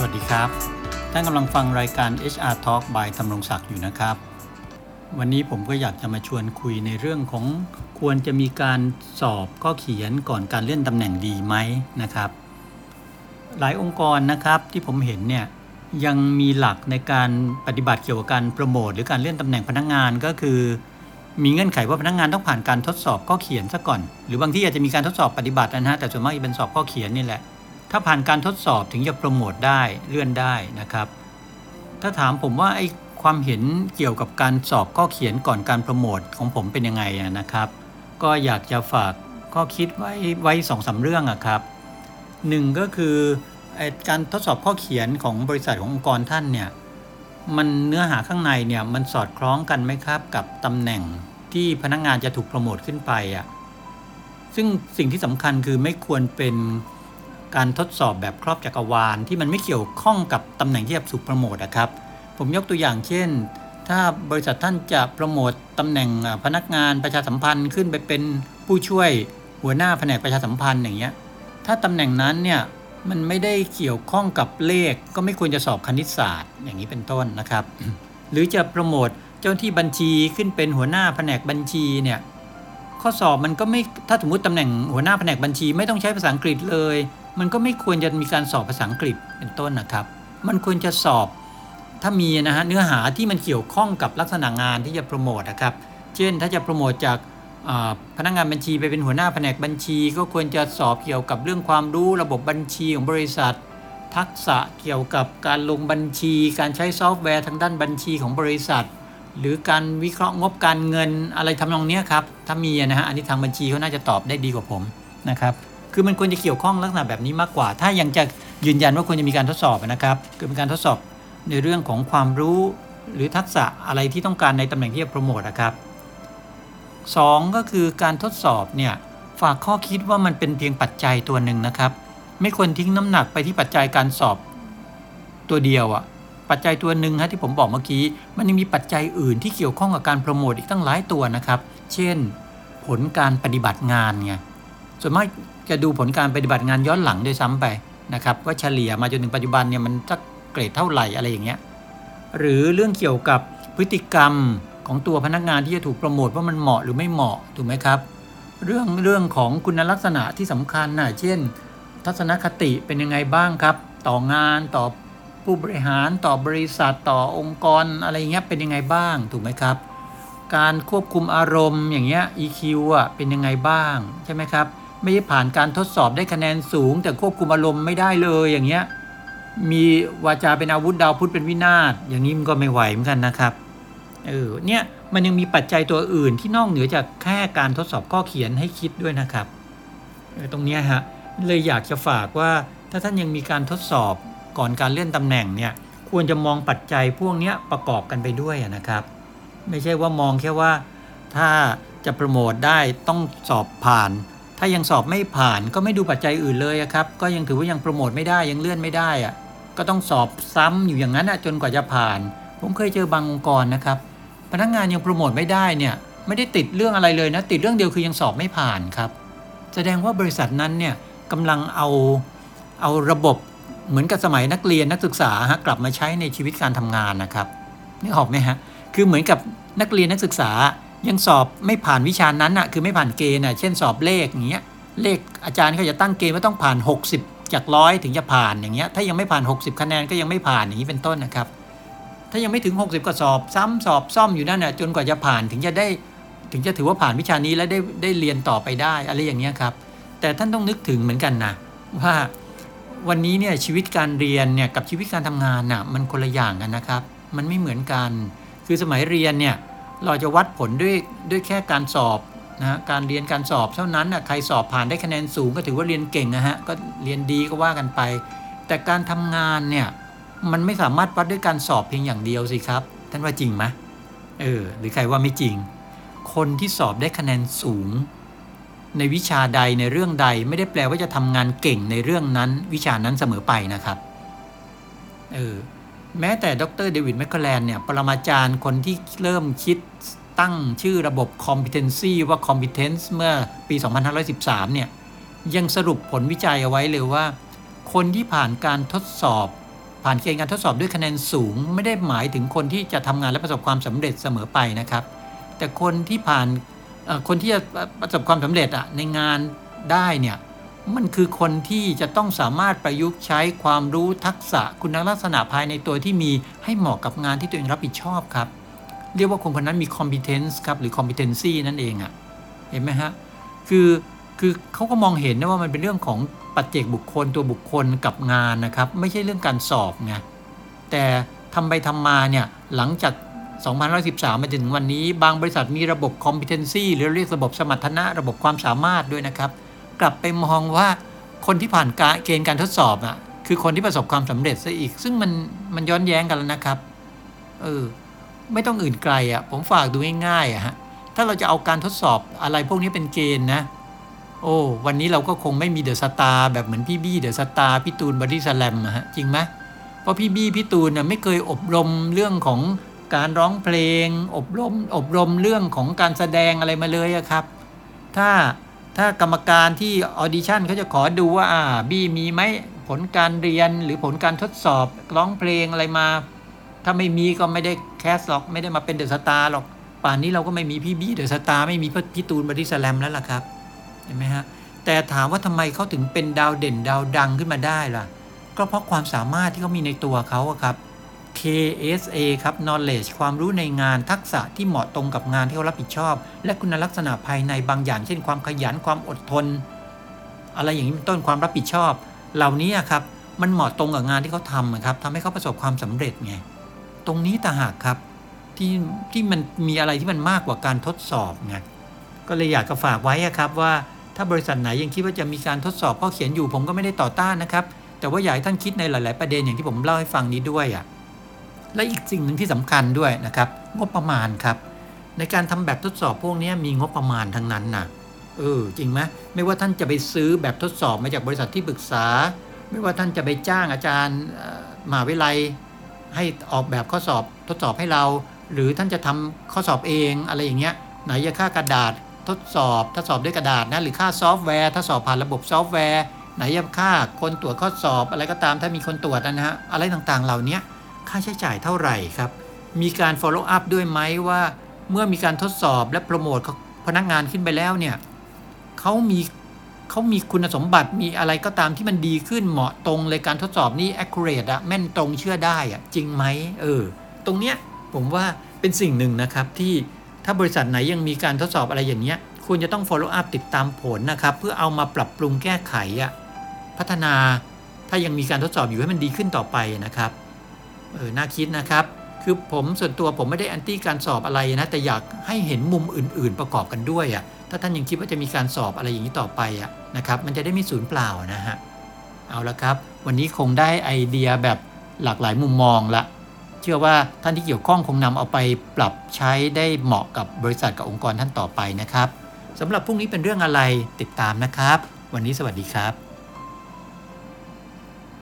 วัสดีครับท่านกำลังฟังรายการ HR Talk by ธำรงศักดิ์อยู่นะครับวันนี้ผมก็อยากจะมาชวนคุยในเรื่องของควรจะมีการสอบข้อเขียนก่อนการเลื่อนตำแหน่งดีไหมนะครับหลายองค์กรนะครับที่ผมเห็นเนี่ยยังมีหลักในการปฏิบัติเกี่ยวกับการโปรโมทหรือการเลื่อนตำแหน่งพนักงานก็คือมีเงื่อนไขว่าพนักงานต้องผ่านการทดสอบข้อเขียนซะก่อนหรือบางที่อาจจะมีการทดสอบปฏิบัตินะฮะแต่ส่วนมากจะเป็นสอบข้อเขียนนี่แหละถ้าผ่านการทดสอบถึงจะโปรโมทได้เลื่อนได้นะครับถ้าถามผมว่าไอ้ความเห็นเกี่ยวกับการสอบข้อเขียนก่อนการโปรโมทของผมเป็นยังไงนะครับก็อยากจะฝากข้อคิดไว้ 2-3 เรื่องครับหนึ่งก็คือการทดสอบข้อเขียนของบริษัทขององค์กรท่านเนี่ยมันเนื้อหาข้างในเนี่ยมันสอดคล้องกันไหมครับกับตำแหน่งที่พนักงานจะถูกโปรโมทขึ้นไปซึ่งสิ่งที่สำคัญคือไม่ควรเป็นการทดสอบแบบครอบจักรวาลที่มันไม่เกี่ยวข้องกับตำแหน่งที่จะถูกโปรโมทครับผมยกตัวอย่างเช่นถ้าบริษัทท่านจะโปรโมทตำแหน่งพนักงานประชาสัมพันธ์ขึ้นไปเป็นผู้ช่วยหัวหน้าแผนกประชาสัมพันธ์อย่างเงี้ยถ้าตำแหน่งนั้นเนี่ยมันไม่ได้เกี่ยวข้องกับเลขก็ไม่ควรจะสอบคณิตศาสตร์อย่างนี้เป็นต้นนะครับ หรือจะโปรโมทเจ้าหน้าที่บัญชีขึ้นเป็นหัวหน้าแผนกบัญชีเนี่ยข้อสอบมันก็ไม่ถ้าสมมติตำแหน่งหัวหน้าแผนกบัญชีไม่ต้องใช้ภาษาอังกฤษเลยมันก็ไม่ควรจะมีการสอบภาษาอังกฤษเป็นต้นนะครับมันควรจะสอบถ้ามีนะฮะเนื้อหาที่มันเกี่ยวข้องกับลักษณะงานที่จะโปรโมทนะครับเช่นถ้าจะโปรโมทจากพนักงานบัญชีไปเป็นหัวหน้าแผนกบัญชีก็ควรจะสอบเกี่ยวกับเรื่องความรู้ระบบบัญชีของบริษัททักษะเกี่ยวกับการลงบัญชีการใช้ซอฟต์แวร์ทางด้านบัญชีของบริษัทหรือการวิเคราะห์งบการเงินอะไรทำนองนี้ครับถ้ามีนะฮะอันนี้ทางบัญชีเขาน่าจะตอบได้ดีกว่าผมนะครับคือมันควรจะเกี่ยวข้องลักษณะแบบนี้มากกว่าถ้ายังจะยืนยันว่าควรจะมีการทดสอบนะครับคือเป็นการทดสอบในเรื่องของความรู้หรือทักษะอะไรที่ต้องการในตำแหน่งที่จะโปรโมทนะครับ2ก็คือการทดสอบเนี่ยฝากข้อคิดว่ามันเป็นเพียงปัจจัยตัวหนึ่งนะครับไม่ควรทิ้งน้ำหนักไปที่ปัจจัยการสอบตัวเดียวปัจจัยตัวหนึ่งที่ผมบอกเมื่อกี้มันยังมีปัจจัยอื่นที่เกี่ยวข้องกับการโปรโมทอีกตั้งหลายตัวนะครับเช่นผลการปฏิบัติงานไงส่วนมากจะดูผลการปฏิบัติงานย้อนหลังด้วยซ้ำไปนะครับว่าเฉลี่ยมาจนถึงปัจจุบันเนี่ยมันจะเกรดเท่าไหร่อะไรอย่างเงี้ยหรือเรื่องเกี่ยวกับพฤติกรรมของตัวพนักงานที่จะถูกโปรโมทว่ามันเหมาะหรือไม่เหมาะถูกไหมครับเรื่องของคุณลักษณะที่สำคัญเช่นทัศนคติเป็นยังไงบ้างครับต่องานต่อผู้บริหารต่อบริษัทต่อองค์กรอะไรเงี้ยเป็นยังไงบ้างถูกไหมครับการควบคุมอารมณ์อย่างเงี้ย EQ เป็นยังไงบ้างใช่ไหมครับไม่ได้ผ่านการทดสอบได้คะแนนสูงแต่ควบคุมอารมณ์ไม่ได้เลยอย่างเงี้ยมีวาจาเป็นอาวุธดาวพุธเป็นวินาศอย่างนี้มันก็ไม่ไหวเหมือนกันนะครับเนี่ยมันยังมีปัจจัยตัวอื่นที่นอกเหนือจากแค่การทดสอบข้อเขียนให้คิดด้วยนะครับตรงนี้เลยอยากจะฝากว่าถ้าท่านยังมีการทดสอบก่อนการเลื่อนตำแหน่งเนี่ยควรจะมองปัจจัยพวกนี้ประกอบกันไปด้วยนะครับไม่ใช่ว่ามองแค่ว่าถ้าจะโปรโมทได้ต้องสอบผ่านถ้ายังสอบไม่ผ่านก็ไม่ดูปัจจัยอื่นเลยครับก็ยังถือว่ายังโปรโมทไม่ได้ยังเลื่อนไม่ได้ก็ต้องสอบซ้ำอยู่อย่างนั้นจนกว่าจะผ่านผมเคยเจอบางองค์กรนะครับพนักงานยังโปรโมทไม่ได้เนี่ยไม่ได้ติดเรื่องอะไรเลยนะติดเรื่องเดียวคือยังสอบไม่ผ่านครับแสดงว่าบริษัทนั้นเนี่ยกำลังเอาระบบเหมือนกับสมัยนักเรียนนักศึกษากลับมาใช้ในชีวิตการทำงานนะครับนึกออกไหมคือเหมือนกับนักเรียนนักศึกษายังสอบไม่ผ่านวิชานั้นคือไม่ผ่านเกณฑ์เช่นสอบเลขอย่างเงี้ยเลขอาจารย์เขาจะตั้งเกณฑ์ว่าต้องผ่าน60จาก100ถึงจะผ่านอย่างเงี้ยถ้ายังไม่ผ่าน60คะแนนก็ยังไม่ผ่านอย่างนี้เป็นต้นนะครับถ้ายังไม่ถึง60ก็สอบซ้ำสอบซ่อมอยู่นั่นจนกว่าจะผ่านถึงจะถือว่าผ่านวิชานี้และได้เรียนต่อไปได้อะไรอย่างเงี้ยครับแต่ท่านต้องนึกถึงเหมือนกันนะว่าวันนี้เนี่ยชีวิตการเรียนเนี่ยกับชีวิตการทำงานมันคนละอย่างกันนะครับมันไม่เหมือนกันคือสมัยเรียนเนี่ยเราจะวัดผลด้วยแค่การสอบการเรียนการสอบเท่านั้นใครสอบผ่านได้คะแนนสูงก็ถือว่าเรียนเก่งก็เรียนดีก็ว่ากันไปแต่การทำงานเนี่ยมันไม่สามารถวัดด้วยการสอบเพียงอย่างเดียวสิครับท่านว่าจริงไหมหรือใครว่าไม่จริงคนที่สอบได้คะแนนสูงในวิชาใดในเรื่องใดไม่ได้แปลว่าจะทำงานเก่งในเรื่องนั้นวิชานั้นเสมอไปนะครับแม้แต่ดร.เดวิด แมคเคลแลนเนี่ยปรมาจารย์คนที่เริ่มคิดตั้งชื่อระบบ competency ว่า competence เมื่อปี 2513เนี่ยยังสรุปผลวิจัยเอาไว้เลยว่าคนที่ผ่านการทดสอบผ่านเกณฑ์การทดสอบด้วยคะแนนสูงไม่ได้หมายถึงคนที่จะทำงานและประสบความสำเร็จเสมอไปนะครับแต่คนที่ผ่านคนที่จะประสบความสำเร็จในงานได้เนี่ยมันคือคนที่จะต้องสามารถประยุกต์ใช้ความรู้ทักษะคุณลักษณะภายในตัวที่มีให้เหมาะกับงานที่ตัวเองรับผิดชอบครับเรียกว่าคนคนนั้นมี competence ครับหรือ competency นั่นเองเห็นไหมฮะคือเขาก็มองเห็นนะว่ามันเป็นเรื่องของปัจเจกบุคคลตัวบุคคลกับงานนะครับไม่ใช่เรื่องการสอบไงแต่ทำไปทำมาเนี่ยหลังจาก2013มาถึงวันนี้บางบริษัทมีระบบ competency หรือเรียกระบบสมรรถนะระบบความสามารถด้วยนะครับกลับไปมองว่าคนที่ผ่านเกณฑ์การทดสอบคือคนที่ประสบความสำเร็จซะอีกซึ่งมันย้อนแย้งกันแล้วนะครับไม่ต้องอื่นไกลผมฝากดูง่ายๆฮะถ้าเราจะเอาการทดสอบอะไรพวกนี้เป็นเกณฑ์นะวันนี้เราก็คงไม่มีเดอะสตาร์แบบเหมือนพี่บี้เดอะสตาร์พี่ตูนบอดี้สแลมจริงไหมเพราะพี่บี้พี่ตูนไม่เคยอบรมเรื่องของการร้องเพลงอบรมเรื่องของการแสดงอะไรมาเลยครับถ้ากรรมการที่ออดิชั่นเขาจะขอดูว่าบี้มีไหมผลการเรียนหรือผลการทดสอบร้องเพลงอะไรมาถ้าไม่มีก็ไม่ได้แคสหรอกไม่ได้มาเป็นเดอะสตาร์หรอกป่านนี้เราก็ไม่มีพี่บี้เดอะสตาร์ไม่มีพี่ตูนบอดี้สแลมแล้วล่ะครับเห็นไหมฮะแต่ถามว่าทำไมเขาถึงเป็นดาวเด่นดาวดังขึ้นมาได้ล่ะก็เพราะความสามารถที่เขามีในตัวเขาครับ KSA ครับ knowledge ความรู้ในงานทักษะที่เหมาะตรงกับงานที่เขารับผิดชอบและคุณลักษณะภายในบางอย่างเช่นความขยันความอดทนอะไรอย่างนี้เป็นต้นความรับผิดชอบเหล่านี้ครับมันเหมาะตรงกับงานที่เขาทำครับทำให้เขาประสบความสำเร็จไงตรงนี้ต่างหากครับที่มันมีอะไรที่มันมากกว่าการทดสอบไงก็เลยอยากจะฝากไว้ครับว่าถ้าบริษัทไหนยังคิดว่าจะมีการทดสอบข้อเขียนอยู่ผมก็ไม่ได้ต่อต้านนะครับแต่ว่าอยากให้ท่านคิดในหลายๆประเด็นอย่างที่ผมเล่าให้ฟังนี้ด้วยและอีกสิ่งหนึ่งที่สำคัญด้วยนะครับงบประมาณครับในการทำแบบทดสอบพวกนี้มีงบประมาณทั้งนั้นนะจริงไหมไม่ว่าท่านจะไปซื้อแบบทดสอบมาจากบริษัทที่ปรึกษาไม่ว่าท่านจะไปจ้างอาจารย์มหาวิทยาลัยให้ออกแบบข้อสอบทดสอบให้เราหรือท่านจะทำข้อสอบเองอะไรอย่างเงี้ยไหนจะค่ากระดาษทดสอบด้วยกระดาษนะหรือค่าซอฟต์แวร์ถ้าสอบผ่านระบบซอฟต์แวร์ไหนจะค่าคนตรวจข้อสอบอะไรก็ตามถ้ามีคนตรวจนะฮะอะไรต่างๆเหล่านี้ค่าใช้จ่ายเท่าไหร่ครับมีการ follow up ด้วยไหมว่าเมื่อมีการทดสอบและโปรโมทพนักงานขึ้นไปแล้วเนี่ยเขามีคุณสมบัติมีอะไรก็ตามที่มันดีขึ้นเหมาะตรงเลยการทดสอบนี่ accurate แม่นตรงเชื่อได้จริงไหมตรงเนี้ยผมว่าเป็นสิ่งหนึ่งนะครับที่ถ้าบริษัทไหนยังมีการทดสอบอะไรอย่างเงี้ยควรจะต้อง follow up ติดตามผลนะครับเพื่อเอามาปรับปรุงแก้ไขพัฒนาถ้ายังมีการทดสอบอยู่ให้มันดีขึ้นต่อไปนะครับน่าคิดนะครับคือผมส่วนตัวผมไม่ได้แอนตี้การสอบอะไรนะแต่อยากให้เห็นมุมอื่นๆประกอบกันด้วยถ้าท่านยังคิดว่าจะมีการสอบอะไรอย่างนี้ต่อไปนะครับมันจะได้ไม่สูญเปล่านะฮะเอาละครับวันนี้คงได้ไอเดียแบบหลากหลายมุมมองละเชื่อว่าท่านที่เกี่ยวข้องคงนำเอาไปปรับใช้ได้เหมาะกับบริษัทกับองค์กรท่านต่อไปนะครับสำหรับพรุ่งนี้เป็นเรื่องอะไรติดตามนะครับวันนี้สวัสดีครับ